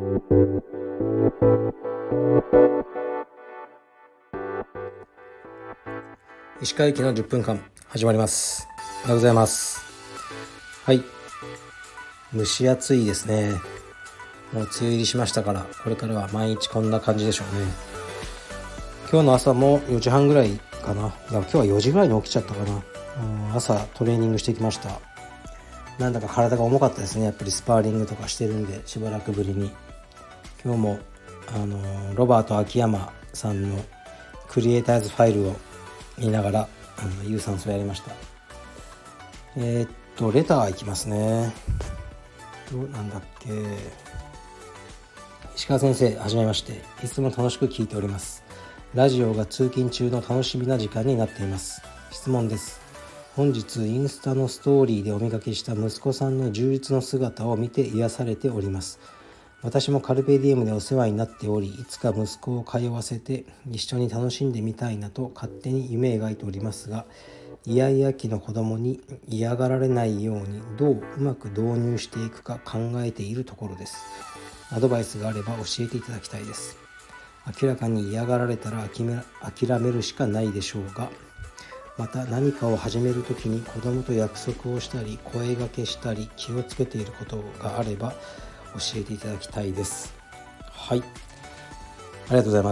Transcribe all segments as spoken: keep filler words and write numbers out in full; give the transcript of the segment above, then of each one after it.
石川行きのじゅっぷんかん始まります。おはようございます。はい、蒸し暑いですね。もう梅雨入りしましたから、これからは毎日こんな感じでしょうね。今日の朝もよじはんぐらいかな。いや今日はよじぐらいに起きちゃったかな。うん朝トレーニングしてきました。なんだか体が重かったですね。やっぱりスパーリングとかしてるんで、しばらくぶりに。今日もあのロバート秋山さんのクリエイターズファイルを見ながらあの有酸素をやりました。えー、っとレターいきますね。どうなんだっけ。石川先生、はじめまして。いつも楽しく聞いております。ラジオが通勤中の楽しみな時間になっています。質問です。本日インスタのストーリーでお見かけした息子さんの充実の姿を見て癒されております。私もカルペディエムでお世話になっており、いつか息子を通わせて一緒に楽しんでみたいなと勝手に夢描いておりますが、イヤイヤ期の子供に嫌がられないようにどううまく導入していくか考えているところです。アドバイスがあれば教えていただきたいです。明らかに嫌がられたら諦め、諦めるしかないでしょうが、また何かを始めるときに子供と約束をしたり声掛けしたり気をつけていることがあれば教えていただきたいです。はい、ありがとうございます。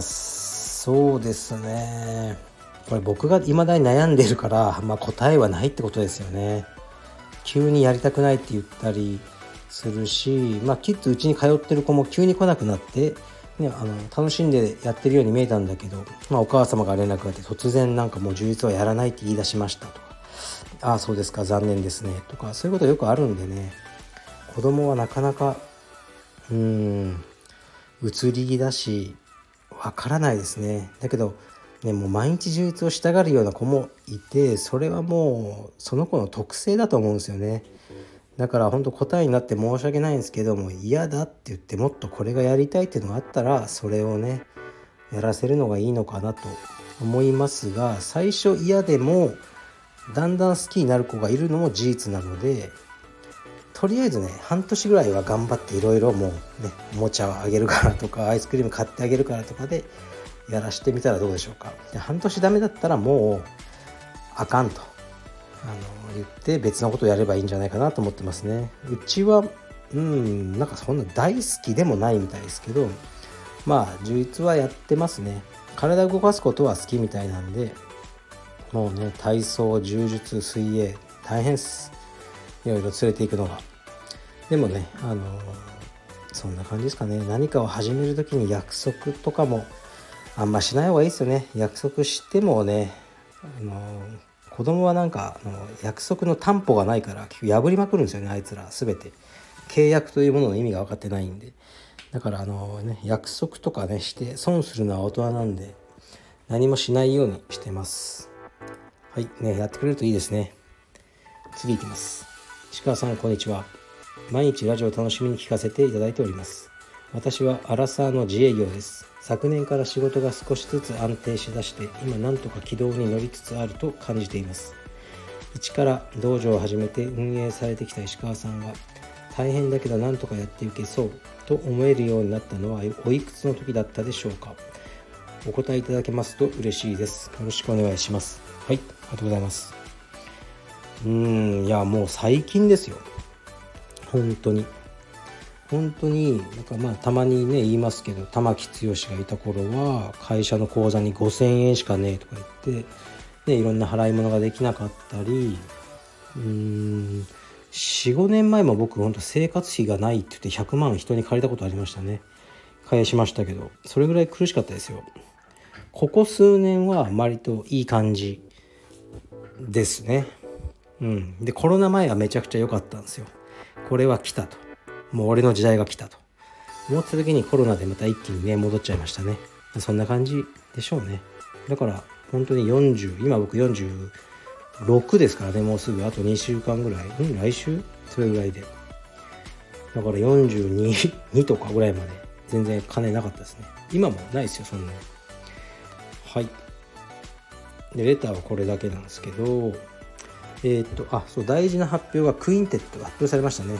そうですね、これ僕が未だに悩んでいるから、まあ、答えはないってことですよね。急にやりたくないって言ったりするし、まあ、キッズうちに通ってる子も急に来なくなって、ね、あの楽しんでやってるように見えたんだけど、まあ、お母様が連絡があって突然なんかもう充実はやらないって言い出しましたとか、ああそうですか残念ですねとか、そういうことよくあるんでね。子供はなかなかうーん移り気だしわからないですね。だけどね、もう毎日充実をしたがるような子もいて、それはもうその子の特性だと思うんですよね。だから本当答えになって申し訳ないんですけども、嫌だって言ってもっとこれがやりたいっていうのがあったらそれをねやらせるのがいいのかなと思いますが、最初嫌でもだんだん好きになる子がいるのも事実なので、とりあえずね半年ぐらいは頑張っていろいろもうねおもちゃをあげるからとかアイスクリーム買ってあげるからとかでやらしてみたらどうでしょうか。で半年ダメだったらもうあかんとあの言って別のことをやればいいんじゃないかなと思ってますね。うちはうんなんかそんな大好きでもないみたいですけど、まあ充実はやってますね。体を動かすことは好きみたいなんで、もうね体操、柔術、水泳大変っす。いろいろ連れていくのが。でもねあのそんな感じですかね。何かを始めるときに約束とかもあんましない方がいいですよね。約束してもね、あの子供はなんかあの約束の担保がないから結構破りまくるんですよね。あいつら全て契約というものの意味が分かってないんで。だからあの、ね、約束とかねして損するのは大人なんで何もしないようにしてます。はいね、やってくれるといいですね。次いきます。石川さんこんにちは。毎日ラジオを楽しみに聞かせていただいております。私はアラサーの自営業です。昨年から仕事が少しずつ安定しだして今なんとか軌道に乗りつつあると感じています。一から道場を始めて運営されてきた石川さんは大変だけどなんとかやっていけそうと思えるようになったのはおいくつの時だったでしょうか。お答えいただけますと嬉しいです。よろしくお願いします。はい、ありがとうございます。うーんいやもう最近ですよ。本当に本当になんかまあたまにね言いますけど、玉木剛がいた頃は会社の口座にごせんえんしかねえとか言って、ね、いろんな払い物ができなかったり、うーん よん,ご 年前も僕本当生活費がないって言ってひゃくまん人に借りたことありましたね。返しましたけどそれぐらい苦しかったですよ。ここ数年は割といい感じですね。うん、でコロナ前はめちゃくちゃ良かったんですよ。これは来たと、もう俺の時代が来たと思ってた時にコロナでまた一気にね戻っちゃいましたね。そんな感じでしょうね。だから本当によんじゅう、今僕よんじゅうろくですからね。もうすぐあとにしゅうかんぐらい、うん来週それぐらいで、だからよんじゅうに、にとかぐらいまで全然金なかったですね。今もないですよそんなに。はいでレターはこれだけなんですけど、えー、っとあそう大事な発表がクインテットが発表されましたね。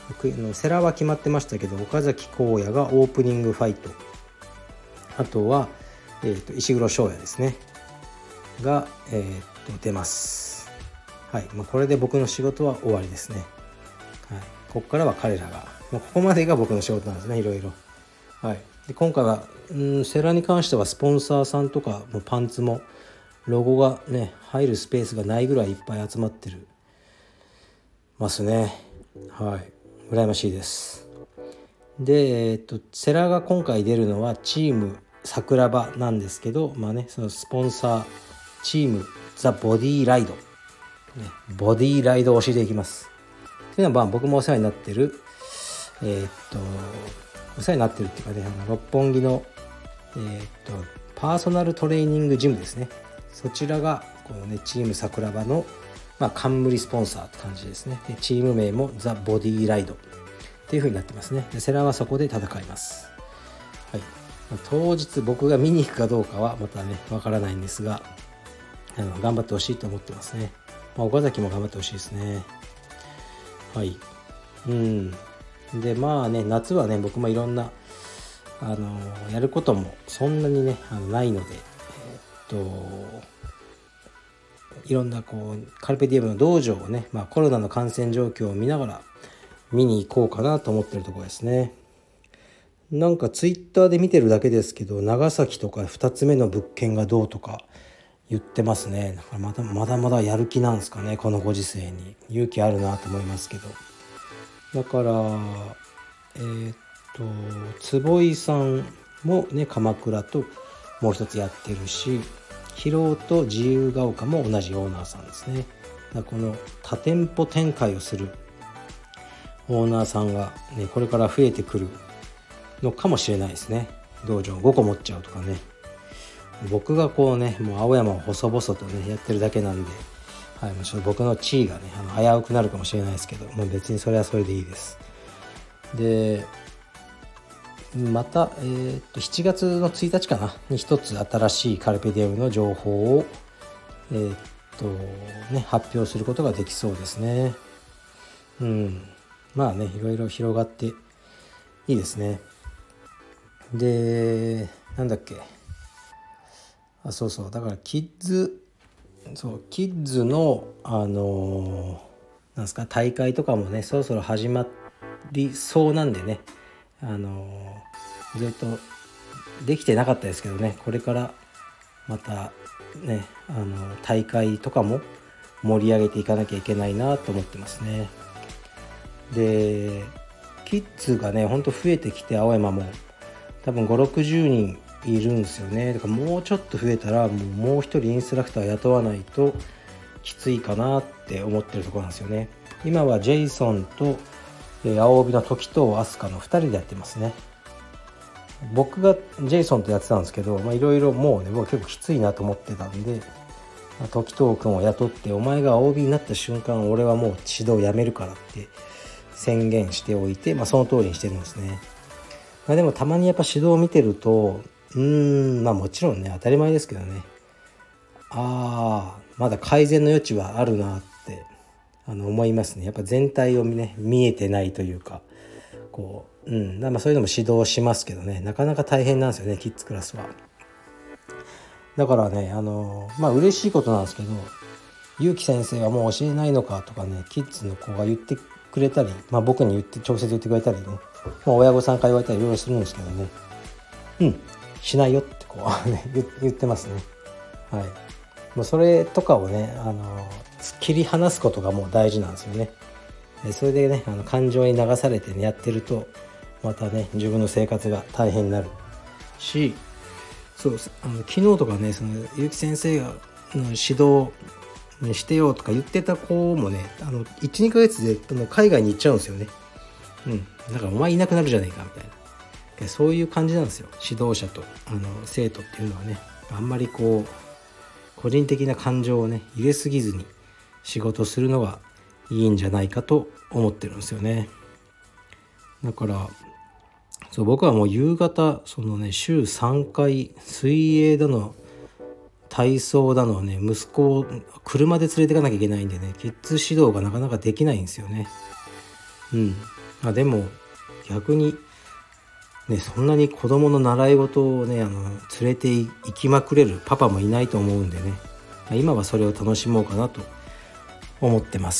僕の世良は決まってましたけど、岡崎浩也がオープニングファイト、あとは、えー、と石黒翔也ですねが、えー、と出ます。はい、まあ、これで僕の仕事は終わりですね。はい、ここからは彼らが、まあ、ここまでが僕の仕事なんですね、いろいろ。はい、で今回はうんセラに関してはスポンサーさんとかもパンツもロゴがね入るスペースがないぐらいいっぱい集まってるますね。はい、羨ましいです。で、えっとセラが今回出るのはチーム桜庭なんですけど、まあね、そのスポンサーチームザ・ボディライド、ね、ボディライド推しでいきます。というのはまあ僕もお世話になってるえー、っとお世話になってるっていうかね、あの六本木の、えー、っとパーソナルトレーニングジムですね。そちらがこのねチーム桜庭の、まあ、冠スポンサーって感じですね。でチーム名もザ・ボディライドっていう風になってますね。でセラはそこで戦います。はい、当日僕が見に行くかどうかはまたねわからないんですが、あの頑張ってほしいと思ってますね。まあ、岡崎も頑張ってほしいですね。はい、うんでまあね夏はね僕もいろんなあのやることもそんなにねあのないので、えー、っといろんなこうカルペディエムの道場をね、まあ、コロナの感染状況を見ながら見に行こうかなと思ってるところですね。なんかツイッターで見てるだけですけど、長崎とかふたつめの物件がどうとか言ってますね。だからまだまだまだやる気なんですかね、このご時世に。勇気あるなと思いますけど。だからえー、っと坪井さんもね鎌倉ともう一つやってるし、広尾と自由が丘も同じオーナーさんですね。だからこの多店舗展開をするオーナーさんがねこれから増えてくるのかもしれないですね。道場ごこ持っちゃうとかね。僕がこうねもう青山を細々とねやってるだけなんで、はい、もうちょっと僕の地位がねあの危うくなるかもしれないですけど、もう別にそれはそれでいいです。でまた、えー、としちがつのついたちかなに一つ新しいカルペディエムの情報を、えーとね、発表することができそうですね。うんまあねいろいろ広がっていいですね。でなんだっけあそうそうだからキッズそうキッズのあのー、なんすか大会とかもねそろそろ始まりそうなんでね、あのー、ずっとできてなかったですけどね、これからまたねあの大会とかも盛り上げていかなきゃいけないなと思ってますね。でキッズがねほんと増えてきて、青山も多分ごじゅうろくじゅうにんいるんですよね。だからもうちょっと増えたらもうもう一人インストラクター雇わないときついかなって思ってるところなんですよね。今はジェイソンと青帯の時とアスカのふたりでやってますね。僕がジェイソンとやってたんですけど、いろいろもうね僕結構きついなと思ってたんで、時藤君を雇って、お前が青帯になった瞬間俺はもう指導をやめるからって宣言しておいて、まあ、その通りにしてるんですね。まあ、でもたまにやっぱ指導を見てるとうーんまあもちろんね当たり前ですけどね、ああまだ改善の余地はあるなってあの思いますね。やっぱ全体をね見えてないというか、こう、うん、まあそういうのも指導しますけどね、なかなか大変なんですよねキッズクラスは。だからねあのまあ嬉しいことなんですけど、ゆうき先生はもう教えないのかとかねキッズの子が言ってくれたり、まあ僕に言って直接言ってくれたりね、まあ、親御さんから言われたりいろいろするんですけどね、うんしないよってこう、ね、言ってますね。はい、もうそれとかをねあの切り離すことがもう大事なんですよね。それでねあの感情に流されて、ね、やってるとまたね自分の生活が大変になるし、そうあの昨日とかねそのゆうき先生がの指導してよとか言ってた子もねあの いち,に ヶ月で海外に行っちゃうんですよね。うんだからお前いなくなるじゃねえかみたいな、そういう感じなんですよ。指導者とあの生徒っていうのはね、あんまりこう個人的な感情をね入れすぎずに仕事するのがいいんじゃないかと思ってるんですよね。だからそう僕はもう夕方そのね週さんかい水泳だの体操だのね息子を車で連れていかなきゃいけないんでね、キッズ指導がなかなかできないんですよね。うんまあでも逆にね、そんなに子供の習い事をねあの連れて行きまくれるパパもいないと思うんでね、今はそれを楽しもうかなと思ってます。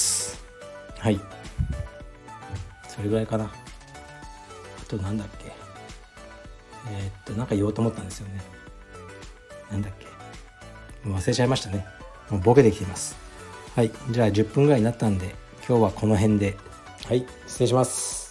はい、それぐらいかな。あとなんだっけ、えー、っとなんか言おうと思ったんですよね。なんだっけ、もう忘れちゃいましたね。もうボケてきてます。はい、じゃあじゅっぷんぐらいになったんで今日はこの辺で。はい、失礼します。